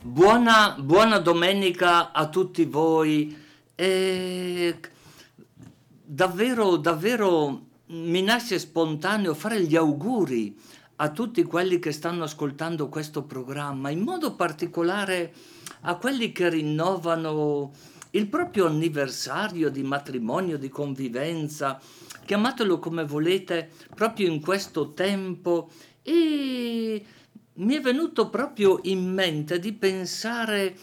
Buona domenica a tutti voi. E davvero mi nasce spontaneo fare gli auguri a tutti quelli che stanno ascoltando questo programma, in modo particolare a quelli che rinnovano il proprio anniversario di matrimonio, di convivenza, chiamatelo come volete, proprio in questo tempo. E mi è venuto proprio in mente di pensare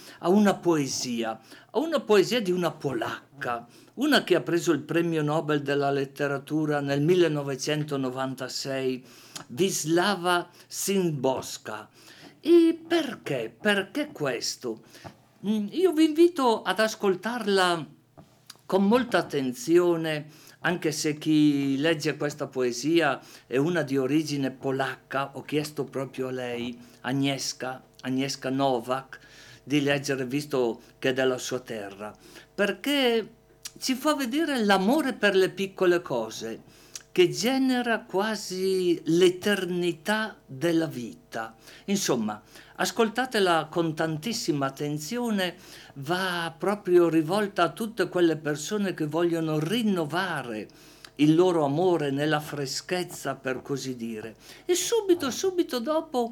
a una poesia di una polacca, una che ha preso il premio Nobel della letteratura nel 1996, Wisława Szymborska. E perché? Perché questo? Io vi invito ad ascoltarla con molta attenzione, anche se chi legge questa poesia è una di origine polacca. Ho chiesto proprio a lei, Agnieszka Nowak, di leggere, visto che è della sua terra, perché ci fa vedere l'amore per le piccole cose, che genera quasi l'eternità della vita. Insomma, ascoltatela con tantissima attenzione, va proprio rivolta a tutte quelle persone che vogliono rinnovare il loro amore nella freschezza, per così dire. E subito dopo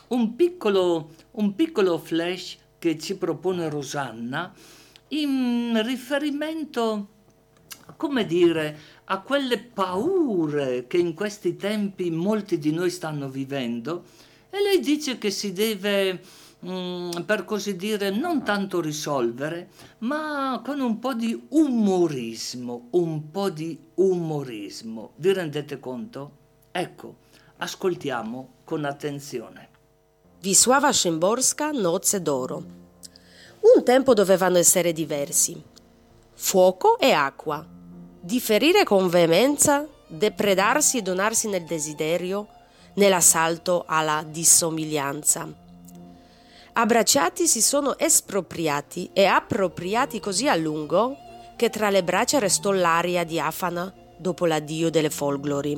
un piccolo flash che ci propone Rosanna in riferimento, come dire, a quelle paure che in questi tempi molti di noi stanno vivendo, e lei dice che si deve, per così dire, non tanto risolvere, ma con un po' di umorismo, un po' di umorismo. Vi rendete conto? Ecco, ascoltiamo con attenzione. Wisława Szymborska, Nozze d'oro. Un tempo dovevano essere diversi. Fuoco e acqua. Differire con veemenza, depredarsi e donarsi nel desiderio, nell'assalto alla dissomiglianza. Abbracciati si sono espropriati e appropriati così a lungo che tra le braccia restò l'aria diafana dopo l'addio delle folgori.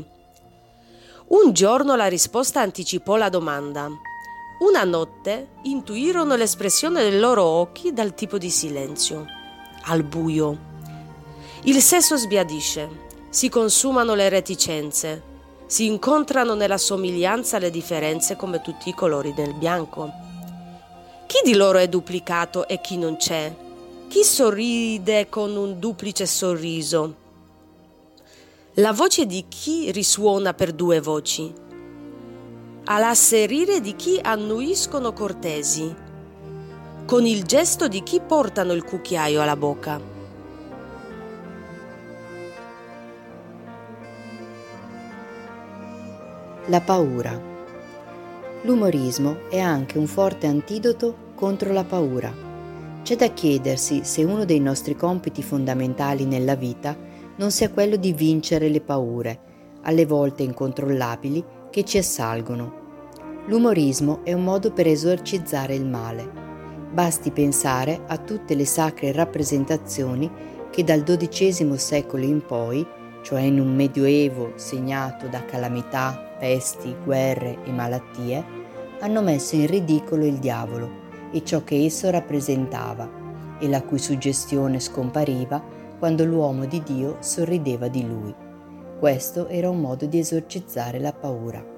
Un giorno la risposta anticipò la domanda. Una notte intuirono l'espressione dei loro occhi dal tipo di silenzio. Al buio. Il sesso sbiadisce, si consumano le reticenze, si incontrano nella somiglianza le differenze come tutti i colori del bianco. Chi di loro è duplicato e chi non c'è? Chi sorride con un duplice sorriso? La voce di chi risuona per due voci? All'asserire di chi annuiscono cortesi, con il gesto di chi portano il cucchiaio alla bocca. La paura. L'umorismo è anche un forte antidoto contro la paura. C'è da chiedersi se uno dei nostri compiti fondamentali nella vita non sia quello di vincere le paure, alle volte incontrollabili, che ci assalgono. L'umorismo è un modo per esorcizzare il male. Basti pensare a tutte le sacre rappresentazioni che dal XII secolo in poi, cioè in un medioevo segnato da calamità, pesti, guerre e malattie, hanno messo in ridicolo il diavolo e ciò che esso rappresentava, e la cui suggestione scompariva quando l'uomo di Dio sorrideva di lui. Questo era un modo di esorcizzare la paura.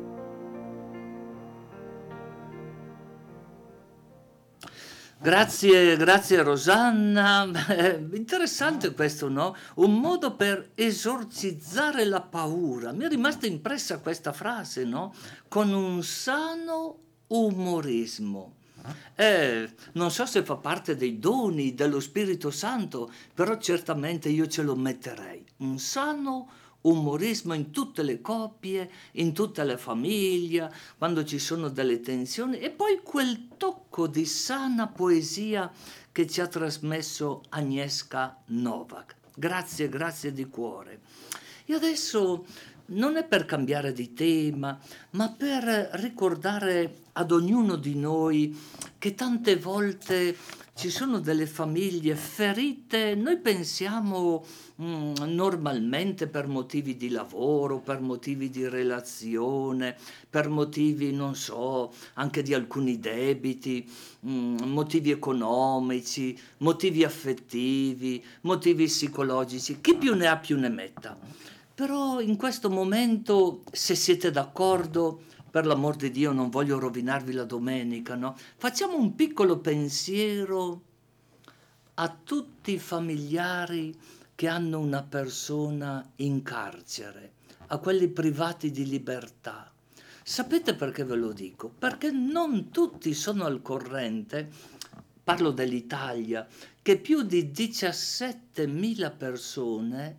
Grazie Rosanna. Interessante questo, no? Un modo per esorcizzare la paura. Mi è rimasta impressa questa frase, no? Con un sano umorismo. Non so se fa parte dei doni dello Spirito Santo, però certamente io ce lo metterei. Un sano umorismo in tutte le coppie, in tutte le famiglie, quando ci sono delle tensioni, e poi quel tocco di sana poesia che ci ha trasmesso Agnieszka Nowak. Grazie di cuore. E adesso non è per cambiare di tema, ma per ricordare ad ognuno di noi che tante volte ci sono delle famiglie ferite, noi pensiamo normalmente per motivi di lavoro, per motivi di relazione, per motivi, non so, anche di alcuni debiti, motivi economici, motivi affettivi, motivi psicologici, chi più ne ha più ne metta. Però in questo momento, se siete d'accordo, per l'amor di Dio non voglio rovinarvi la domenica, no? Facciamo un piccolo pensiero a tutti i familiari che hanno una persona in carcere, a quelli privati di libertà. Sapete perché ve lo dico? Perché non tutti sono al corrente, parlo dell'Italia, che più di 17.000 persone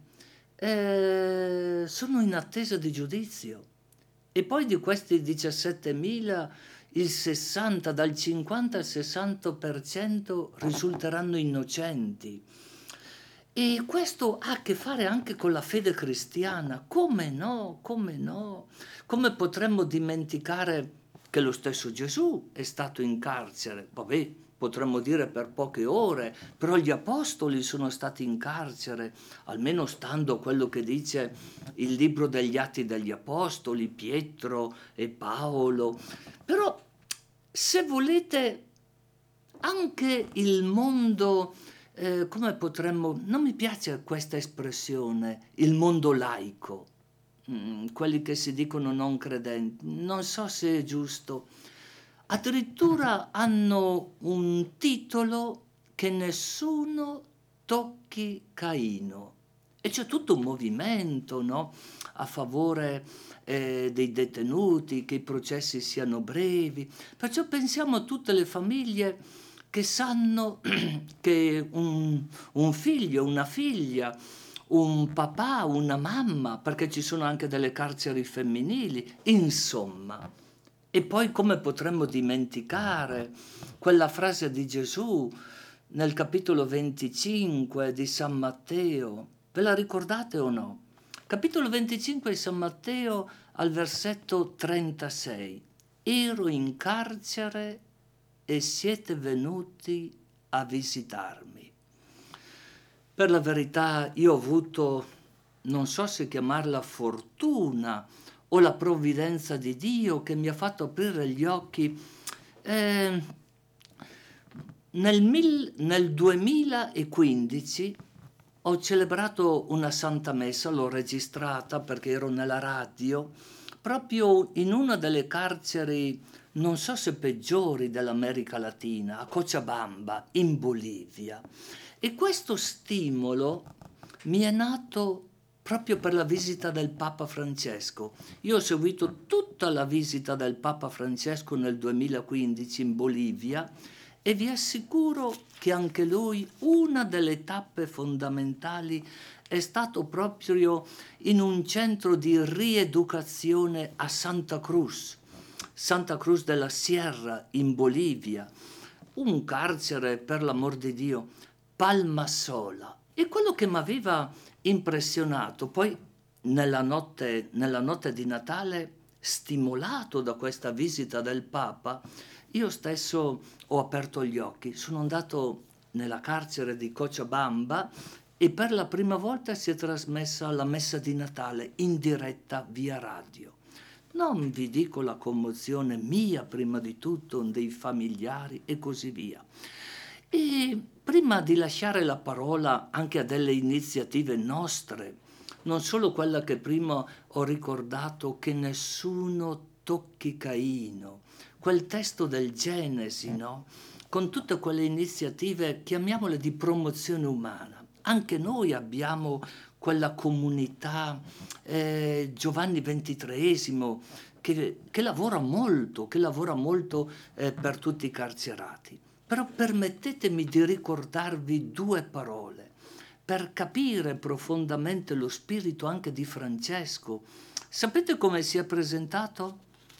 sono in attesa di giudizio. E poi di questi 17.000, il 60, dal 50 al 60% risulteranno innocenti. E questo ha a che fare anche con la fede cristiana. Come no? Come no? Come potremmo dimenticare che lo stesso Gesù è stato in carcere? Vabbè, potremmo dire per poche ore, però gli apostoli sono stati in carcere, almeno stando a quello che dice il libro degli Atti degli Apostoli, Pietro e Paolo. Però, se volete, anche il mondo, come potremmo, non mi piace questa espressione, il mondo laico, quelli che si dicono non credenti, non so se è giusto, addirittura hanno un titolo che nessuno tocchi Caino. E c'è tutto un movimento, no? A favore dei detenuti, che i processi siano brevi. Perciò pensiamo a tutte le famiglie che sanno che un figlio, una figlia, un papà, una mamma, perché ci sono anche delle carceri femminili, insomma. E poi come potremmo dimenticare quella frase di Gesù nel capitolo 25 di San Matteo? Ve la ricordate o no? Capitolo 25 di San Matteo al versetto 36. Ero in carcere e siete venuti a visitarmi. Per la verità io ho avuto, non so se chiamarla fortuna o la provvidenza di Dio che mi ha fatto aprire gli occhi. Nel 2015 ho celebrato una Santa Messa, l'ho registrata perché ero nella radio, proprio in una delle carceri, non so se peggiori dell'America Latina, a Cochabamba, in Bolivia. E questo stimolo mi è nato proprio per la visita del Papa Francesco. Io ho seguito tutta la visita del Papa Francesco nel 2015 in Bolivia e vi assicuro che anche lui, una delle tappe fondamentali, è stato proprio in un centro di rieducazione a Santa Cruz della Sierra in Bolivia, un carcere, per l'amor di Dio, Palmasola. E quello che mi aveva impressionato, poi nella notte di Natale, stimolato da questa visita del Papa, io stesso ho aperto gli occhi, sono andato nella carcere di Cochabamba e per la prima volta si è trasmessa la messa di Natale in diretta via radio. Non vi dico la commozione mia prima di tutto, dei familiari e così via. E prima di lasciare la parola anche a delle iniziative nostre, non solo quella che prima ho ricordato, che nessuno tocchi Caino, quel testo del Genesi, no? Con tutte quelle iniziative, chiamiamole di promozione umana. Anche noi abbiamo quella comunità Giovanni XXIII che lavora molto per tutti i carcerati. Però permettetemi di ricordarvi due parole per capire profondamente lo spirito anche di Francesco. Sapete come si è presentato?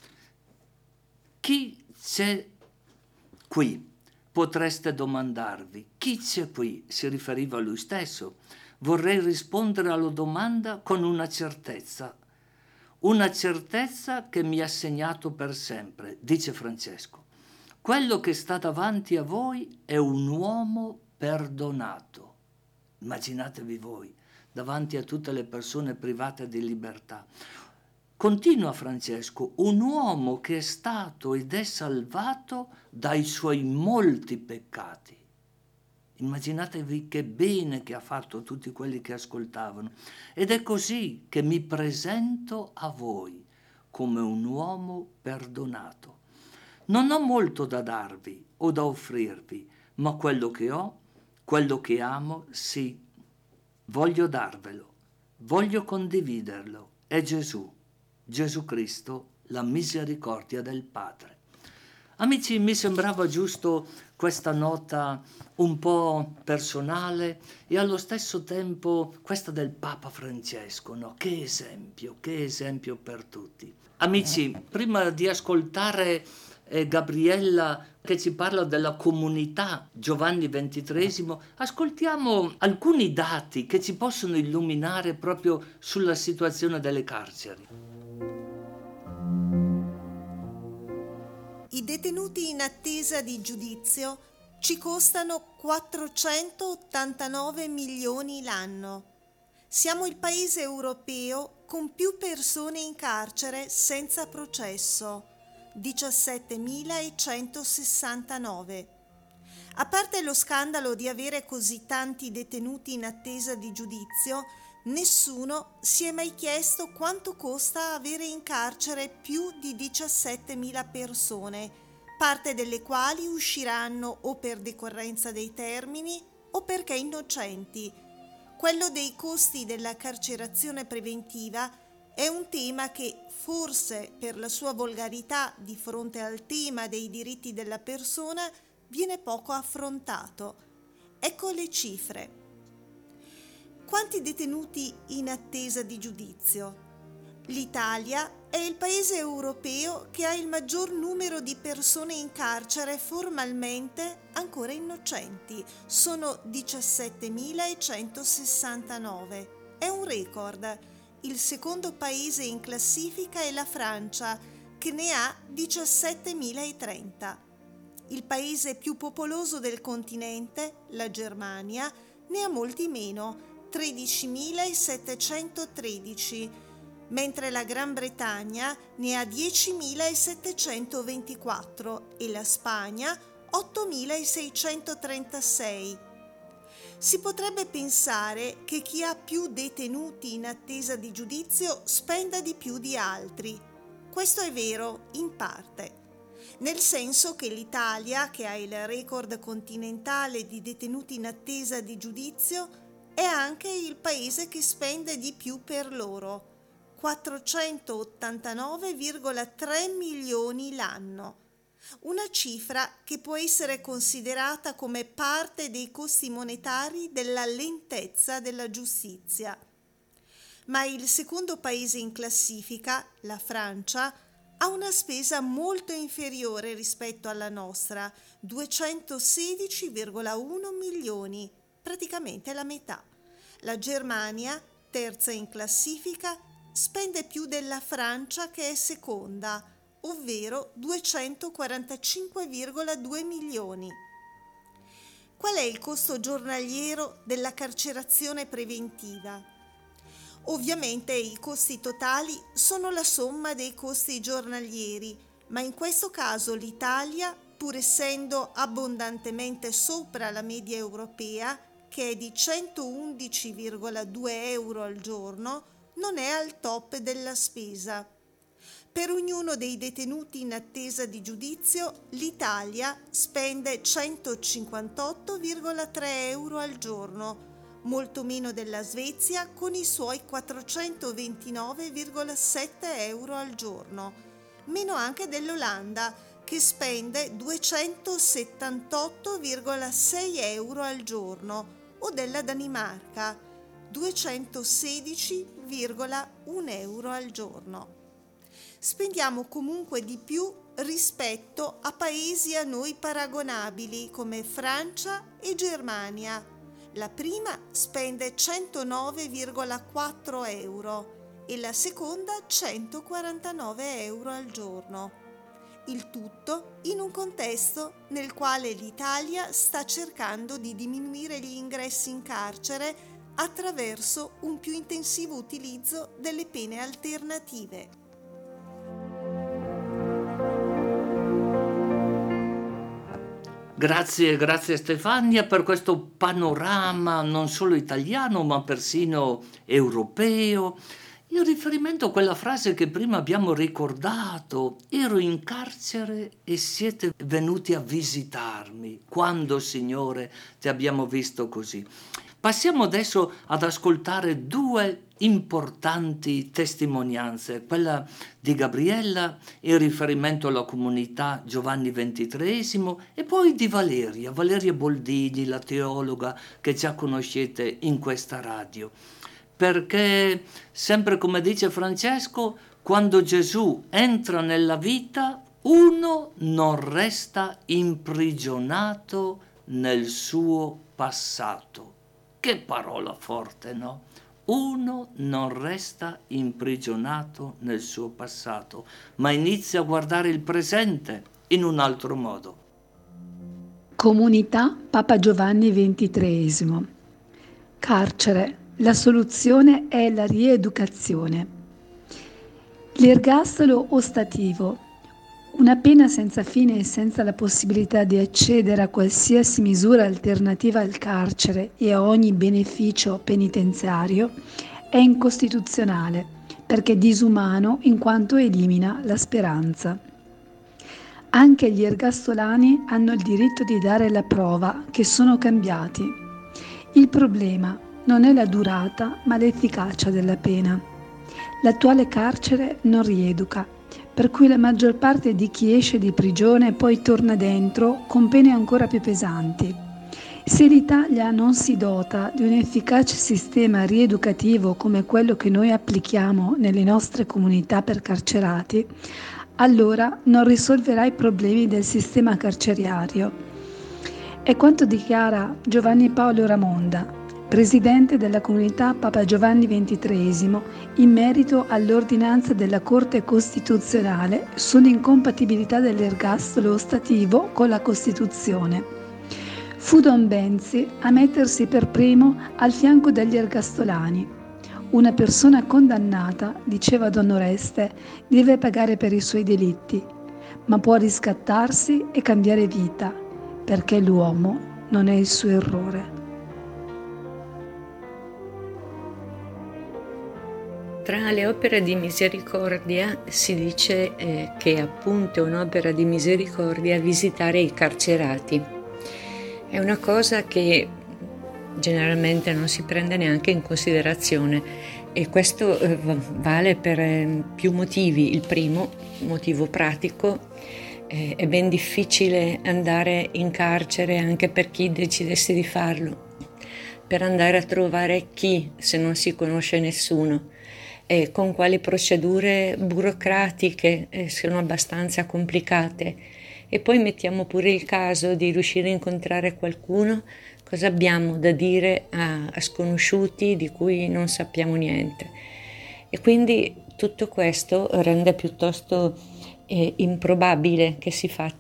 Chi c'è qui? Potreste domandarvi. Chi c'è qui? Si riferiva a lui stesso. Vorrei rispondere alla domanda con una certezza. una certezza che mi ha segnato per sempre, dice Francesco. Quello che sta davanti a voi è un uomo perdonato. Immaginatevi voi, davanti a tutte le persone private di libertà. Continua Francesco, un uomo che è stato ed è salvato dai suoi molti peccati. Immaginatevi che bene che ha fatto tutti quelli che ascoltavano. Ed è così che mi presento a voi come un uomo perdonato. Non ho molto da darvi o da offrirvi, ma quello che ho, quello che amo, sì, voglio darvelo, voglio condividerlo. È Gesù, Gesù Cristo, la misericordia del Padre. Amici, mi sembrava giusto questa nota un po' personale e allo stesso tempo questa del Papa Francesco, no? Che esempio per tutti. Amici, prima di ascoltare Gabriella che ci parla della comunità Giovanni XXIII, ascoltiamo alcuni dati che ci possono illuminare proprio sulla situazione delle carceri. I detenuti in attesa di giudizio ci costano 489 milioni l'anno. Siamo il paese europeo con più persone in carcere senza processo, 17.169. A parte lo scandalo di avere così tanti detenuti in attesa di giudizio, nessuno si è mai chiesto quanto costa avere in carcere più di 17.000 persone, parte delle quali usciranno o per decorrenza dei termini o perché innocenti. Quello dei costi della carcerazione preventiva è un tema che, forse per la sua volgarità di fronte al tema dei diritti della persona, viene poco affrontato. Ecco le cifre. Quanti detenuti in attesa di giudizio? L'Italia è il paese europeo che ha il maggior numero di persone in carcere formalmente ancora innocenti. Sono 17.169. È un record. Il secondo paese in classifica è la Francia, che ne ha 17.030. Il paese più popoloso del continente, la Germania, ne ha molti meno, 13.713, mentre la Gran Bretagna ne ha 10.724 e la Spagna 8.636. Si potrebbe pensare che chi ha più detenuti in attesa di giudizio spenda di più di altri. Questo è vero in parte, nel senso che l'Italia, che ha il record continentale di detenuti in attesa di giudizio, è anche il paese che spende di più per loro, 489,3 milioni l'anno. Una cifra che può essere considerata come parte dei costi monetari della lentezza della giustizia. Ma il secondo paese in classifica, la Francia, ha una spesa molto inferiore rispetto alla nostra, 216,1 milioni, praticamente la metà. La Germania, terza in classifica, spende più della Francia che è seconda, ovvero 245,2 milioni. Qual è il costo giornaliero della carcerazione preventiva? Ovviamente i costi totali sono la somma dei costi giornalieri, ma in questo caso l'Italia, pur essendo abbondantemente sopra la media europea, che è di 111,2 euro al giorno, non è al top della spesa. Per ognuno dei detenuti in attesa di giudizio, l'Italia spende 158,3 euro al giorno, molto meno della Svezia con i suoi 429,7 euro al giorno, meno anche dell'Olanda che spende 278,6 euro al giorno o della Danimarca 216,1 euro al giorno. Spendiamo comunque di più rispetto a paesi a noi paragonabili come Francia e Germania. La prima spende 109,4 euro e la seconda 149 euro al giorno. Il tutto in un contesto nel quale l'Italia sta cercando di diminuire gli ingressi in carcere attraverso un più intensivo utilizzo delle pene alternative. Grazie Stefania per questo panorama non solo italiano ma persino europeo. In riferimento a quella frase che prima abbiamo ricordato, ero in carcere e siete venuti a visitarmi. Quando, Signore, ti abbiamo visto così? Passiamo adesso ad ascoltare due importanti testimonianze, quella di Gabriella in riferimento alla comunità Giovanni XXIII e poi di Valeria Boldini, la teologa che già conoscete in questa radio. Perché, sempre come dice Francesco, quando Gesù entra nella vita, uno non resta imprigionato nel suo passato. Che parola forte, no? Uno non resta imprigionato nel suo passato, ma inizia a guardare il presente in un altro modo. Comunità Papa Giovanni XXIII. Carcere. La soluzione è la rieducazione. L'ergastolo ostativo, una pena senza fine e senza la possibilità di accedere a qualsiasi misura alternativa al carcere e a ogni beneficio penitenziario, è incostituzionale perché disumano in quanto elimina la speranza. Anche gli ergastolani hanno il diritto di dare la prova che sono cambiati. Il problema non è la durata, ma l'efficacia della pena. L'attuale carcere non rieduca, per cui la maggior parte di chi esce di prigione poi torna dentro con pene ancora più pesanti. Se l'Italia non si dota di un efficace sistema rieducativo come quello che noi applichiamo nelle nostre comunità per carcerati, allora non risolverà i problemi del sistema carcerario. È quanto dichiara Giovanni Paolo Ramonda, presidente della comunità Papa Giovanni XXIII, in merito all'ordinanza della Corte Costituzionale sull'incompatibilità dell'ergastolo ostativo con la Costituzione. Fu Don Benzi a mettersi per primo al fianco degli ergastolani. Una persona condannata, diceva Don Oreste, deve pagare per i suoi delitti, ma può riscattarsi e cambiare vita, perché l'uomo non è il suo errore. Tra le opere di misericordia si dice che appunto è un'opera di misericordia visitare i carcerati. È una cosa che generalmente non si prende neanche in considerazione e questo vale per più motivi. Il primo, motivo pratico, è ben difficile andare in carcere anche per chi decidesse di farlo, per andare a trovare chi se non si conosce nessuno. E con quali procedure burocratiche sono abbastanza complicate. E poi mettiamo pure il caso di riuscire a incontrare qualcuno, cosa abbiamo da dire a sconosciuti di cui non sappiamo niente. E quindi tutto questo rende piuttosto improbabile che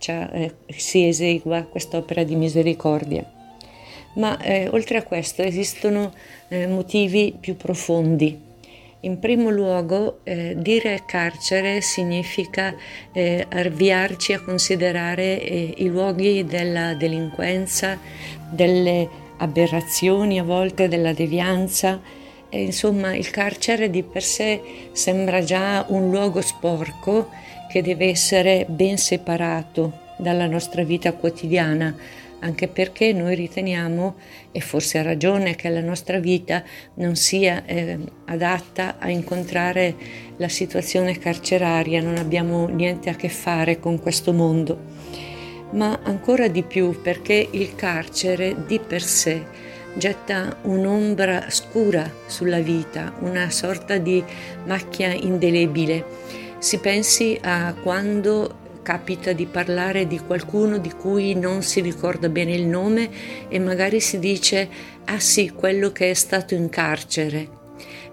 si esegua quest'opera di misericordia. Ma oltre a questo esistono motivi più profondi. In primo luogo, dire carcere significa avviarci a considerare i luoghi della delinquenza, delle aberrazioni, a volte della devianza. Insomma, il carcere di per sé sembra già un luogo sporco che deve essere ben separato dalla nostra vita quotidiana, anche perché noi riteniamo, e forse a ragione, che la nostra vita non sia adatta a incontrare la situazione carceraria, non abbiamo niente a che fare con questo mondo. Ma ancora di più perché il carcere di per sé getta un'ombra scura sulla vita, una sorta di macchia indelebile. Si pensi a quando capita di parlare di qualcuno di cui non si ricorda bene il nome e magari si dice: ah sì, quello che è stato in carcere.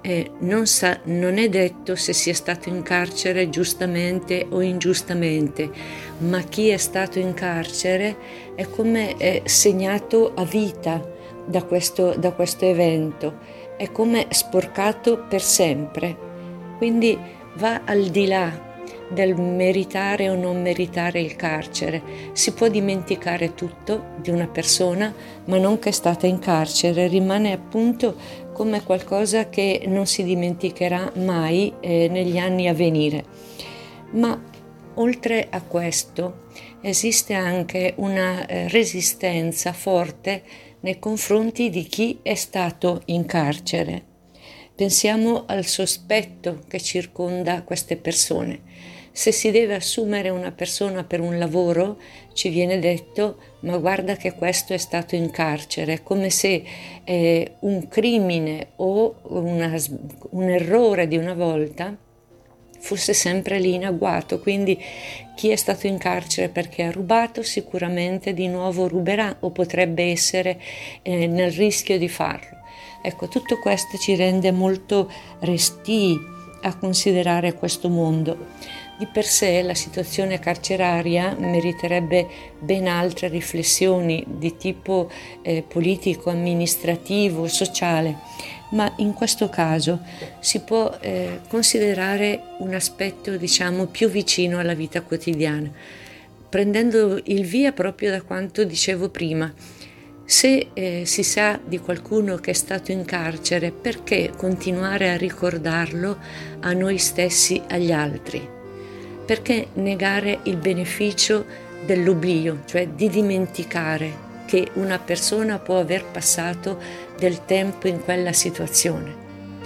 non è detto se sia stato in carcere giustamente o ingiustamente, ma chi è stato in carcere è come segnato a vita da questo evento, è come sporcato per sempre, quindi va al di là del meritare o non meritare il carcere. Si può dimenticare tutto di una persona, ma non che è stata in carcere, rimane appunto come qualcosa che non si dimenticherà mai negli anni a venire. Ma oltre a questo esiste anche una resistenza forte nei confronti di chi è stato in carcere. Pensiamo al sospetto che circonda queste persone. Se si deve assumere una persona per un lavoro, ci viene detto: ma guarda che questo è stato in carcere, come se un crimine o un errore di una volta fosse sempre lì in agguato. Quindi chi è stato in carcere perché ha rubato sicuramente di nuovo ruberà o potrebbe essere nel rischio di farlo. Ecco, tutto questo ci rende molto restii a considerare questo mondo. Di per sé la situazione carceraria meriterebbe ben altre riflessioni di tipo politico, amministrativo, sociale, ma in questo caso si può considerare un aspetto, diciamo, più vicino alla vita quotidiana, prendendo il via proprio da quanto dicevo prima. Se si sa di qualcuno che è stato in carcere, perché continuare a ricordarlo a noi stessi, agli altri? Perché negare il beneficio dell'oblio, cioè di dimenticare che una persona può aver passato del tempo in quella situazione?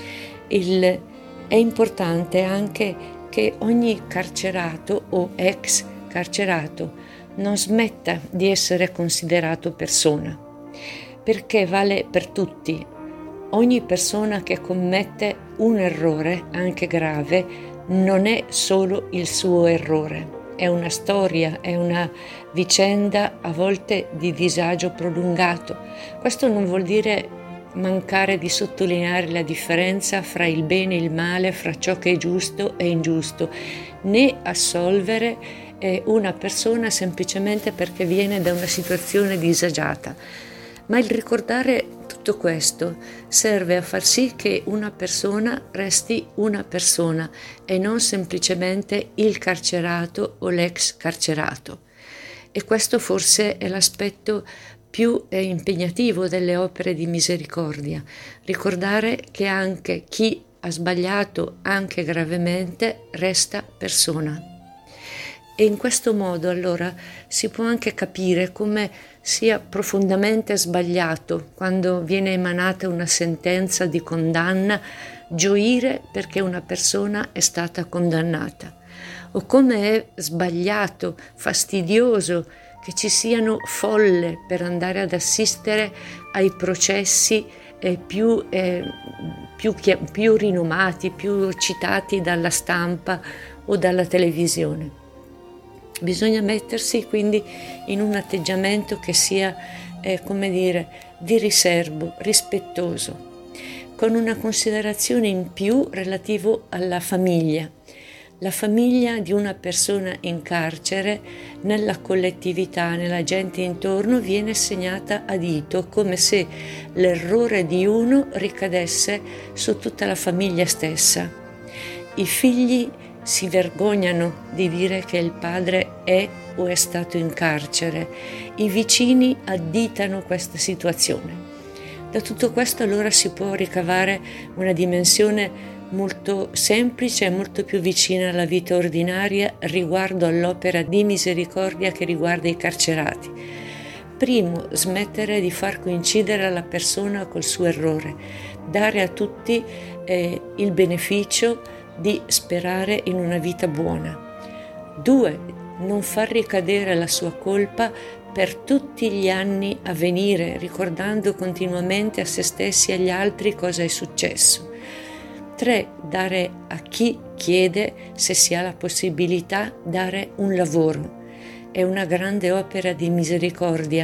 È importante anche che ogni carcerato o ex carcerato non smetta di essere considerato persona, perché vale per tutti. Ogni persona che commette un errore, anche grave, non è solo il suo errore, è una storia, è una vicenda a volte di disagio prolungato. Questo non vuol dire mancare di sottolineare la differenza fra il bene e il male, fra ciò che è giusto e ingiusto, né assolvere una persona semplicemente perché viene da una situazione disagiata. Ma il ricordare tutto questo serve a far sì che una persona resti una persona e non semplicemente il carcerato o l'ex carcerato. E questo forse è l'aspetto più impegnativo delle opere di misericordia, ricordare che anche chi ha sbagliato, anche gravemente, resta persona. E in questo modo allora si può anche capire come sia profondamente sbagliato, quando viene emanata una sentenza di condanna, gioire perché una persona è stata condannata, o come è sbagliato, fastidioso che ci siano folle per andare ad assistere ai processi più rinomati, più citati dalla stampa o dalla televisione. Bisogna mettersi quindi in un atteggiamento che sia, di riservo, rispettoso, con una considerazione in più relativo alla famiglia. La famiglia di una persona in carcere, nella collettività, nella gente intorno, viene segnata a dito, come se l'errore di uno ricadesse su tutta la famiglia stessa. I figli si vergognano di dire che il padre è o è stato in carcere. I vicini additano questa situazione. Da tutto questo allora si può ricavare una dimensione molto semplice e molto più vicina alla vita ordinaria riguardo all'opera di misericordia che riguarda i carcerati. Primo, smettere di far coincidere la persona col suo errore, dare a tutti il beneficio di sperare in una vita buona. 2, non far ricadere la sua colpa per tutti gli anni a venire, ricordando continuamente a se stessi e agli altri cosa è successo. 3, dare a chi chiede, se si ha la possibilità, dare un lavoro. È una grande opera di misericordia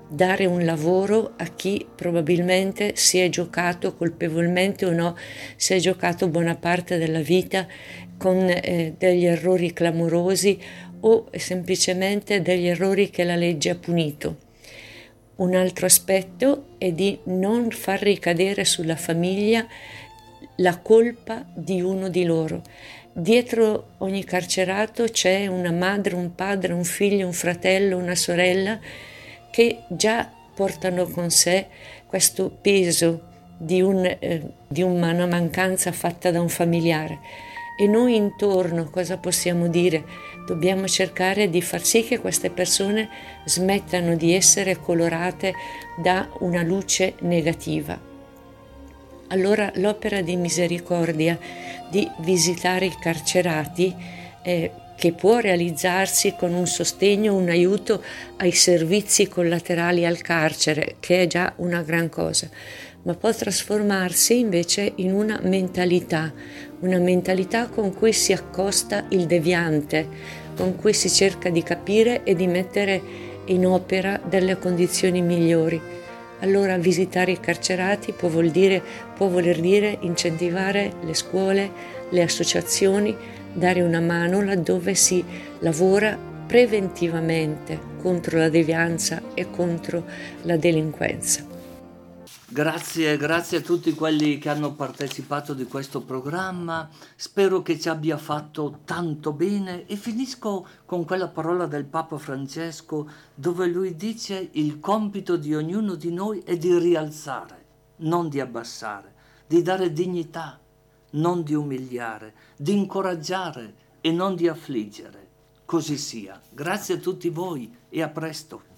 dare un lavoro a chi probabilmente si è giocato, colpevolmente o no, si è giocato buona parte della vita con degli errori clamorosi o semplicemente degli errori che la legge ha punito. Un altro aspetto è di non far ricadere sulla famiglia la colpa di uno di loro. Dietro ogni carcerato c'è una madre, un padre, un figlio, un fratello, una sorella che già portano con sé questo peso di una mancanza fatta da un familiare. E noi intorno cosa possiamo dire? Dobbiamo cercare di far sì che queste persone smettano di essere colorate da una luce negativa. Allora l'opera di misericordia di visitare i carcerati che può realizzarsi con un sostegno, un aiuto ai servizi collaterali al carcere, che è già una gran cosa, ma può trasformarsi invece in una mentalità con cui si accosta il deviante, con cui si cerca di capire e di mettere in opera delle condizioni migliori. Allora visitare i carcerati può voler dire incentivare le scuole, le associazioni, dare una mano laddove si lavora preventivamente contro la devianza e contro la delinquenza. Grazie a tutti quelli che hanno partecipato di questo programma, spero che ci abbia fatto tanto bene e finisco con quella parola del Papa Francesco dove lui dice: il compito di ognuno di noi è di rialzare, non di abbassare, di dare dignità, non di umiliare, di incoraggiare e non di affliggere. Così sia. Grazie a tutti voi e a presto.